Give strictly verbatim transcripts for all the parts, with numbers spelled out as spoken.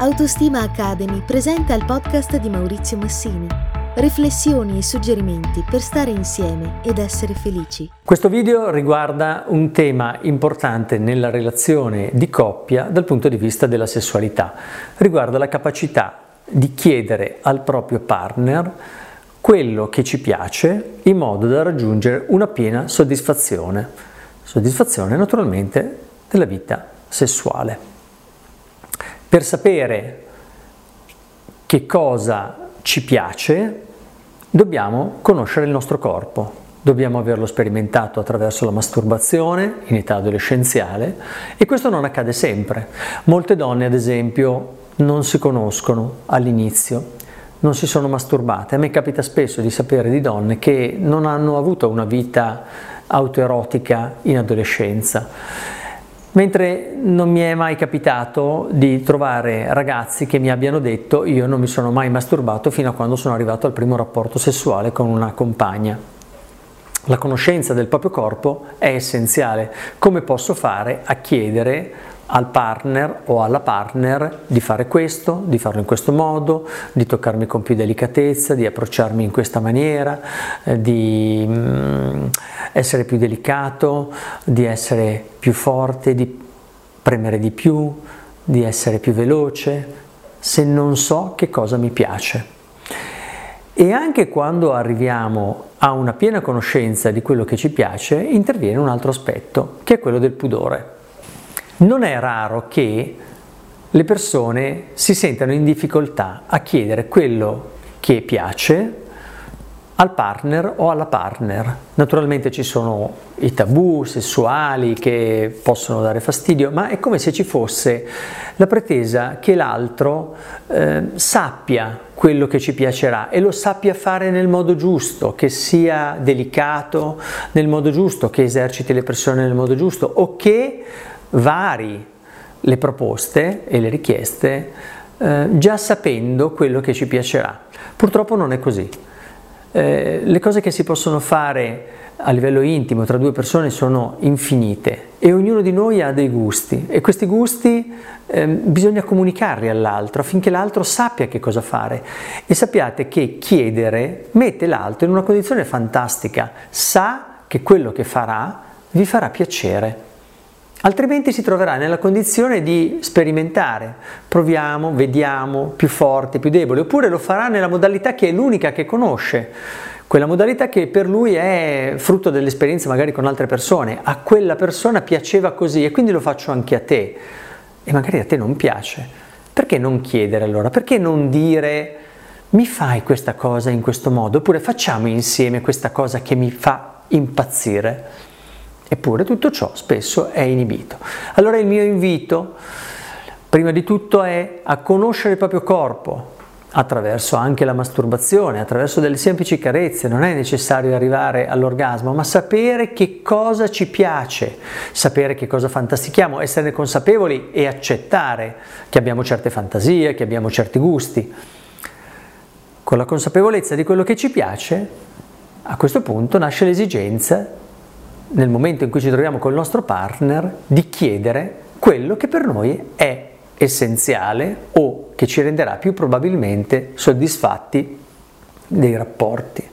Autostima Academy presenta il podcast di Maurizio Massini. Riflessioni e suggerimenti per stare insieme ed essere felici. Questo video riguarda un tema importante nella relazione di coppia dal punto di vista della sessualità. Riguarda la capacità di chiedere al proprio partner quello che ci piace in modo da raggiungere una piena soddisfazione. Soddisfazione naturalmente della vita sessuale. Per sapere che cosa ci piace, dobbiamo conoscere il nostro corpo, dobbiamo averlo sperimentato attraverso la masturbazione in età adolescenziale e questo non accade sempre. Molte donne, ad esempio, non si conoscono all'inizio, non si sono masturbate. A me capita spesso di sapere di donne che non hanno avuto una vita autoerotica in adolescenza. Mentre non mi è mai capitato di trovare ragazzi che mi abbiano detto io non mi sono mai masturbato fino a quando sono arrivato al primo rapporto sessuale con una compagna. La conoscenza del proprio corpo è essenziale. Come posso fare a chiedere al partner o alla partner di fare questo, di farlo in questo modo, di toccarmi con più delicatezza, di approcciarmi in questa maniera, eh, di mm, essere più delicato, di essere più forte, di premere di più, di essere più veloce, se non so che cosa mi piace. E anche quando arriviamo a una piena conoscenza di quello che ci piace, interviene un altro aspetto, che è quello del pudore. Non è raro che le persone si sentano in difficoltà a chiedere quello che piace al partner o alla partner. Naturalmente ci sono i tabù sessuali che possono dare fastidio, ma è come se ci fosse la pretesa che l'altro eh, sappia quello che ci piacerà e lo sappia fare nel modo giusto, che sia delicato nel modo giusto, che eserciti le pressioni nel modo giusto o che vari le proposte e le richieste eh, già sapendo quello che ci piacerà. Purtroppo non è così. Eh, le cose che si possono fare a livello intimo tra due persone sono infinite e ognuno di noi ha dei gusti e questi gusti eh, bisogna comunicarli all'altro affinché l'altro sappia che cosa fare. E sappiate che chiedere mette l'altro in una condizione fantastica, sa che quello che farà vi farà piacere. Altrimenti si troverà nella condizione di sperimentare, proviamo, vediamo, più forte, più debole, oppure lo farà nella modalità che è l'unica che conosce, quella modalità che per lui è frutto dell'esperienza magari con altre persone, a quella persona piaceva così e quindi lo faccio anche a te e magari a te non piace. Perché non chiedere allora? Perché non dire mi fai questa cosa in questo modo, oppure facciamo insieme questa cosa che mi fa impazzire? Eppure tutto ciò spesso è inibito. Allora il mio invito, prima di tutto, è a conoscere il proprio corpo, attraverso anche la masturbazione, attraverso delle semplici carezze. Non è necessario arrivare all'orgasmo, ma sapere che cosa ci piace, sapere che cosa fantastichiamo, esserne consapevoli e accettare che abbiamo certe fantasie, che abbiamo certi gusti. Con la consapevolezza di quello che ci piace, a questo punto nasce l'esigenza, nel momento in cui ci troviamo col nostro partner, di chiedere quello che per noi è essenziale o che ci renderà più probabilmente soddisfatti dei rapporti.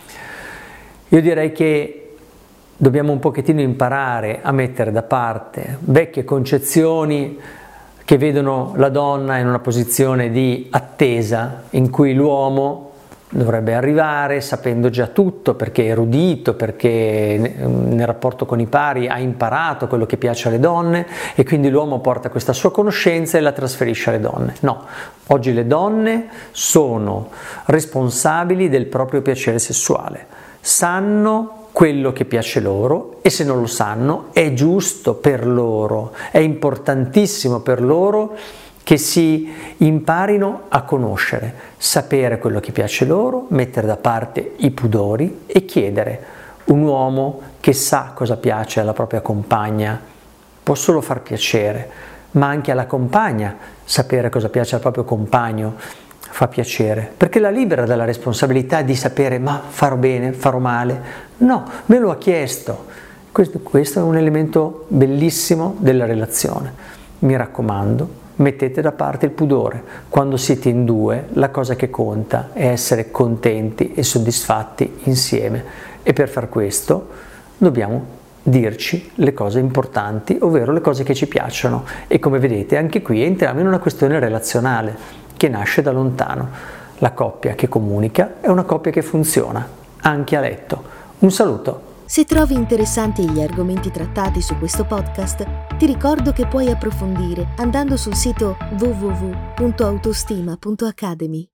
Io direi che dobbiamo un pochettino imparare a mettere da parte vecchie concezioni che vedono la donna in una posizione di attesa, in cui l'uomo dovrebbe arrivare sapendo già tutto, perché è erudito, perché nel rapporto con i pari ha imparato quello che piace alle donne e quindi l'uomo porta questa sua conoscenza e la trasferisce alle donne. No, oggi le donne sono responsabili del proprio piacere sessuale, sanno quello che piace loro e se non lo sanno è giusto per loro, è importantissimo per loro che si imparino a conoscere, sapere quello che piace loro, mettere da parte i pudori e chiedere. Un uomo che sa cosa piace alla propria compagna può solo far piacere, ma anche alla compagna sapere cosa piace al proprio compagno fa piacere, perché la libera dalla responsabilità di sapere ma farò bene, farò male. No, me lo ha chiesto. Questo, questo è un elemento bellissimo della relazione. Mi raccomando, mettete da parte il pudore. Quando siete in due, la cosa che conta è essere contenti e soddisfatti insieme, e per far questo dobbiamo dirci le cose importanti, ovvero le cose che ci piacciono. E come vedete, anche qui entriamo in una questione relazionale che nasce da lontano. La coppia che comunica è una coppia che funziona, anche a letto. Un saluto. Se trovi interessanti gli argomenti trattati su questo podcast, ti ricordo che puoi approfondire andando sul sito w w w punto autostima punto academy.